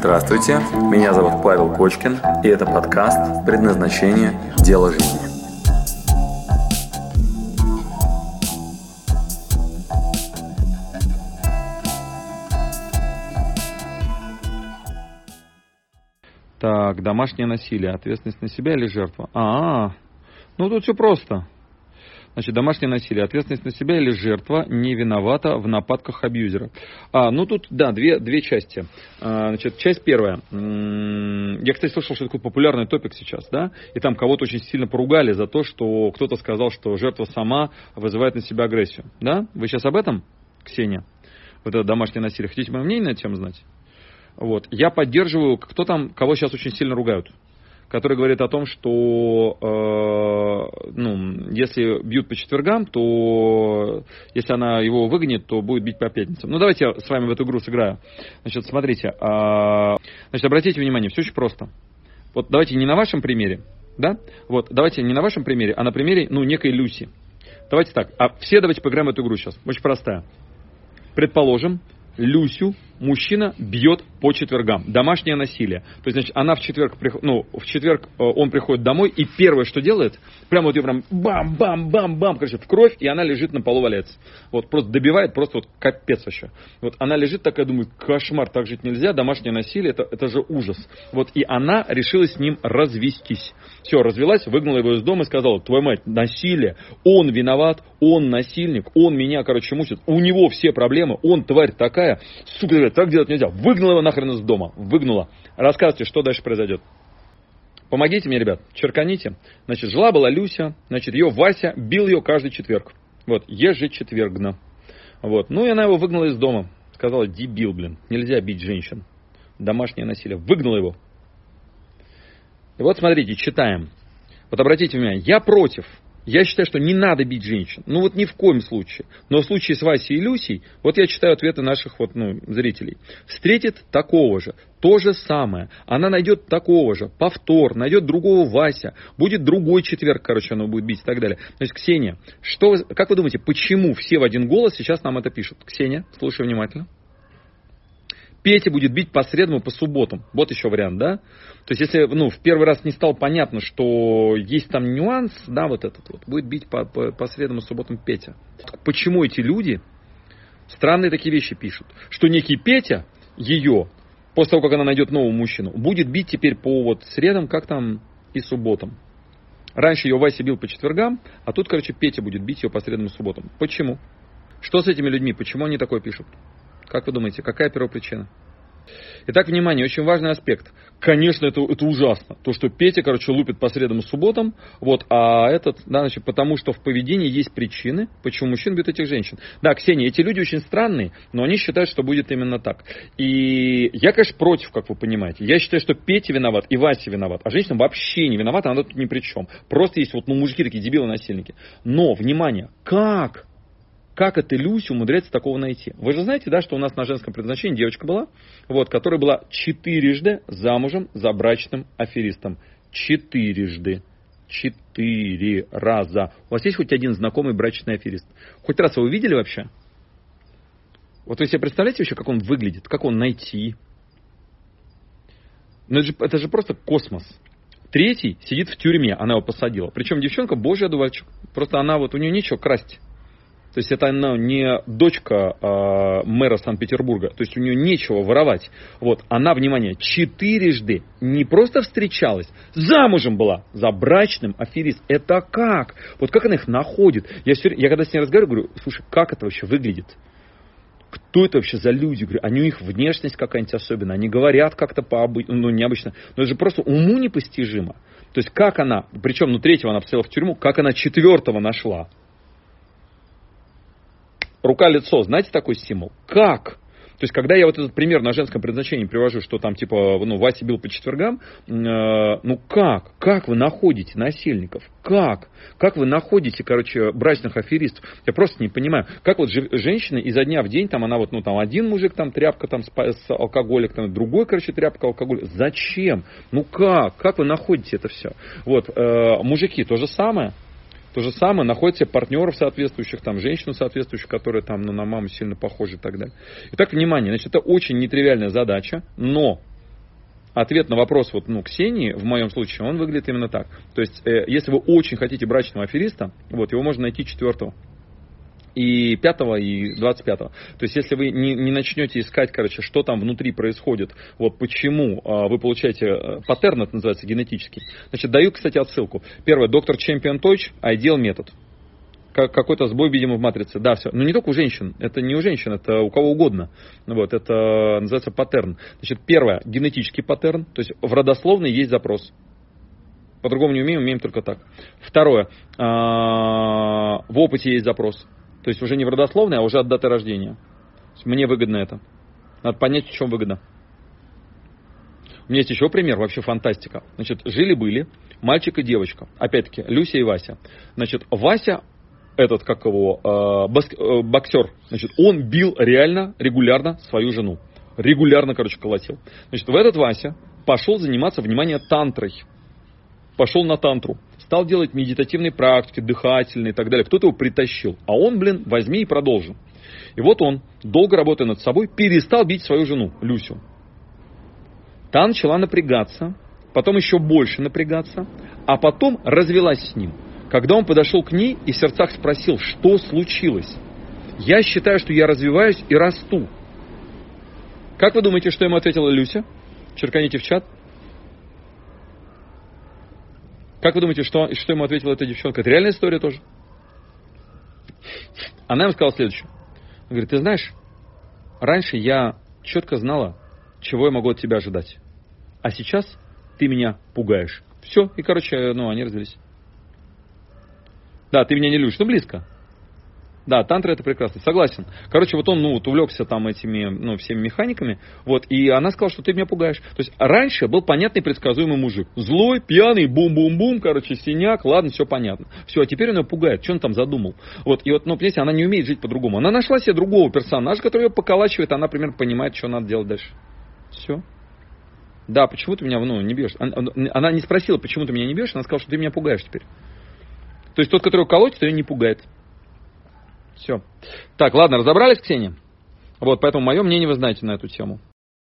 Здравствуйте, меня зовут Павел Кочкин, и это подкаст «Предназначение. Дело жизни». Так, домашнее насилие, ответственность на себя или жертва? Ну тут все просто. Значит, домашнее насилие, ответственность на себя или жертва не виновата в нападках абьюзера. Ну тут, да, две части. Значит, часть первая. Я, кстати, слышал, что такой популярный топик сейчас, да? И там кого-то очень сильно поругали за то, что кто-то сказал, что жертва сама вызывает на себя агрессию. Да? Вы сейчас об этом, Ксения? Вот это домашнее насилие. Хотите мое мнение на эту тему знать? Вот. Я поддерживаю, кого сейчас очень сильно ругают, который говорит о том, что если бьют по четвергам, то если она его выгонит, то будет бить по пятницам. Ну, давайте я с вами в эту игру сыграю. Значит, смотрите. Значит, обратите внимание, все очень просто. Вот давайте не на вашем примере, да? Вот, давайте не на вашем примере, а на примере, некой Люси. Давайте так. Все давайте поиграем в эту игру сейчас. Очень простая. Предположим, Люсю мужчина бьет по четвергам. Домашнее насилие. То есть, значит, она в четверг он приходит домой, и первое, что делает, прямо вот ее прям бам-бам-бам-бам, короче, в кровь, и она лежит на полу, валяется. Вот, просто добивает, просто вот капец вообще. Вот она лежит такая, думает, кошмар, так жить нельзя, домашнее насилие, это же ужас. Вот, и она решила с ним развестись. Все, развелась, выгнала его из дома и сказала, твою мать, насилие, он виноват, он насильник, он меня, мучит, у него все проблемы, он тварь такая, сука, так делать нельзя. Выгнала его нахрен из дома. Выгнала. Рассказывайте, что дальше произойдет. Помогите мне, ребят. Черканите. Значит, жила-была Люся. Значит, ее Вася бил ее каждый четверг. Вот, ежечетвергно. Вот. Ну, и она его выгнала из дома. Сказала, дебил, нельзя бить женщин. Домашнее насилие. Выгнала его. И вот, смотрите, читаем. Вот обратите внимание, я против. Я считаю, что не надо бить женщин. Ни в коем случае. Но в случае с Васей и Люсей, вот я читаю ответы наших зрителей. Встретит такого же. То же самое. Она найдет такого же. Повтор. Найдет другого Вася. Будет другой четверг, она будет бить и так далее. То есть, Ксения, как вы думаете, почему все в один голос сейчас нам это пишут? Ксения, слушай внимательно. Петя будет бить по средам и по субботам. Вот еще вариант, да? То есть, если в первый раз не стало понятно, что есть там нюанс, да, будет бить по средам и субботам Петя. Почему эти люди странные такие вещи пишут? Что некий Петя ее, после того, как она найдет нового мужчину, будет бить теперь по средам, и субботам. Раньше ее Вася бил по четвергам, а тут, Петя будет бить ее по средам и субботам. Почему? Что с этими людьми? Почему они такое пишут? Как вы думаете, какая первопричина? Итак, внимание, очень важный аспект. Конечно, это ужасно. То, что Петя, лупит по средам и субботам, потому что в поведении есть причины, почему мужчин бьют этих женщин. Да, Ксения, эти люди очень странные, но они считают, что будет именно так. И я, конечно, против, как вы понимаете. Я считаю, что Петя виноват и Вася виноват, а женщина вообще не виновата, она тут ни при чем. Просто есть мужики такие дебилы-насильники. Но, внимание, Как это Люся умудряется такого найти? Вы же знаете, да, что у нас на женском предназначении девочка была, которая была 4 замужем за брачным аферистом. 4 раза. У вас есть хоть один знакомый брачный аферист? Хоть раз вы видели вообще? Вот вы себе представляете вообще, как он выглядит? Как он найти? Это же просто космос. 3 сидит в тюрьме, она его посадила. Причем девчонка божий одуванчик. Просто у нее нечего красть. То есть это она не дочка мэра Санкт-Петербурга. То есть у нее нечего воровать. Она, внимание, 4 не просто встречалась, замужем была за брачным аферистом. Это как? Как она их находит? Я когда с ней разговариваю, говорю, слушай, как это вообще выглядит? Кто это вообще за люди? Говорю, у них внешность какая-нибудь особенная. Они говорят как-то необычно. Но это же просто уму непостижимо. То есть как она, причем 3-го она посадила в тюрьму, как она 4-го нашла? Рука-лицо, знаете такой стимул? Как? То есть, когда я этот пример на женском предназначении привожу, что там, Вася бил по четвергам, как? Как вы находите насильников? Как? Как вы находите, брачных аферистов? Я просто не понимаю. Как женщина изо дня в день, она один мужик, тряпка, с алкоголик, другой, тряпка, алкоголик. Зачем? Как? Как вы находите это все? Мужики, то же самое. То же самое, находите партнеров соответствующих, женщин соответствующих, которые на маму сильно похожи и так далее. Итак, внимание, это очень нетривиальная задача, но ответ на вопрос Ксении, в моем случае, он выглядит именно так. То есть, если вы очень хотите брачного афериста, его можно найти 4-го. И 5-го, и 25-го. То есть, если вы не начнете искать, что там внутри происходит, почему вы получаете паттерн, это называется генетический. Значит, даю, кстати, отсылку. Первое, доктор Чемпион Тойч, Ideal метод. Какой-то сбой, видимо, в матрице. Да, все. Но не только у женщин. Это не у женщин, это у кого угодно. Это называется паттерн. Значит, первое, генетический паттерн. То есть, в родословной есть запрос. По-другому не умеем только так. Второе, в опыте есть запрос. То есть уже не в родословной, а уже от даты рождения. Мне выгодно это. Надо понять, в чем выгода. У меня есть еще пример, вообще фантастика. Значит, жили-были мальчик и девочка. Опять-таки, Люся и Вася. Значит, Вася, боксер, значит, он бил реально, регулярно свою жену. Регулярно, колотил. Значит, в этот Вася пошел заниматься, внимание, тантрой. Пошел на тантру. Стал делать медитативные практики, дыхательные и так далее. Кто-то его притащил. А он, возьми и продолжи. И вот он, долго работая над собой, перестал бить свою жену, Люсю. Та начала напрягаться, потом еще больше напрягаться, а потом развелась с ним. Когда он подошел к ней и в сердцах спросил, что случилось? Я считаю, что я развиваюсь и расту. Как вы думаете, что ему ответила Люся? Черканите в чат. Как вы думаете, что ему ответила эта девчонка? Это реальная история тоже. Она ему сказала следующее. Она говорит, ты знаешь, раньше я четко знала, чего я могу от тебя ожидать. А сейчас ты меня пугаешь. Все, и, они развелись. Да, ты меня не любишь, близко. Да, тантра это прекрасно, согласен. Он, увлекся этими, всеми механиками, и она сказала, что ты меня пугаешь. То есть, раньше был понятный предсказуемый мужик. Злой, пьяный, бум-бум-бум, синяк, ладно, все понятно. Все, а теперь он ее пугает, что он там задумал. Понимаете, она не умеет жить по-другому. Она нашла себе другого персонажа, который ее поколачивает, она примерно понимает, что надо делать дальше. Все. Да, почему ты меня, не бьешь? Она не спросила, почему ты меня не бьешь, она сказала, что ты меня пугаешь теперь. То есть, тот, который колотит, ее не пугает. Все. Так, ладно, разобрались, Ксения? Поэтому мое мнение вы знаете на эту тему.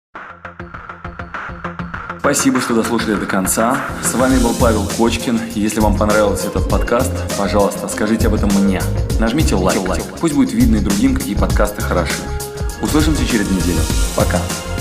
Спасибо, что дослушали до конца. С вами был Павел Кочкин. Если вам понравился этот подкаст, пожалуйста, скажите об этом мне. Нажмите лайк. Пусть будет видно и другим, какие подкасты хороши. Услышимся через неделю. Пока.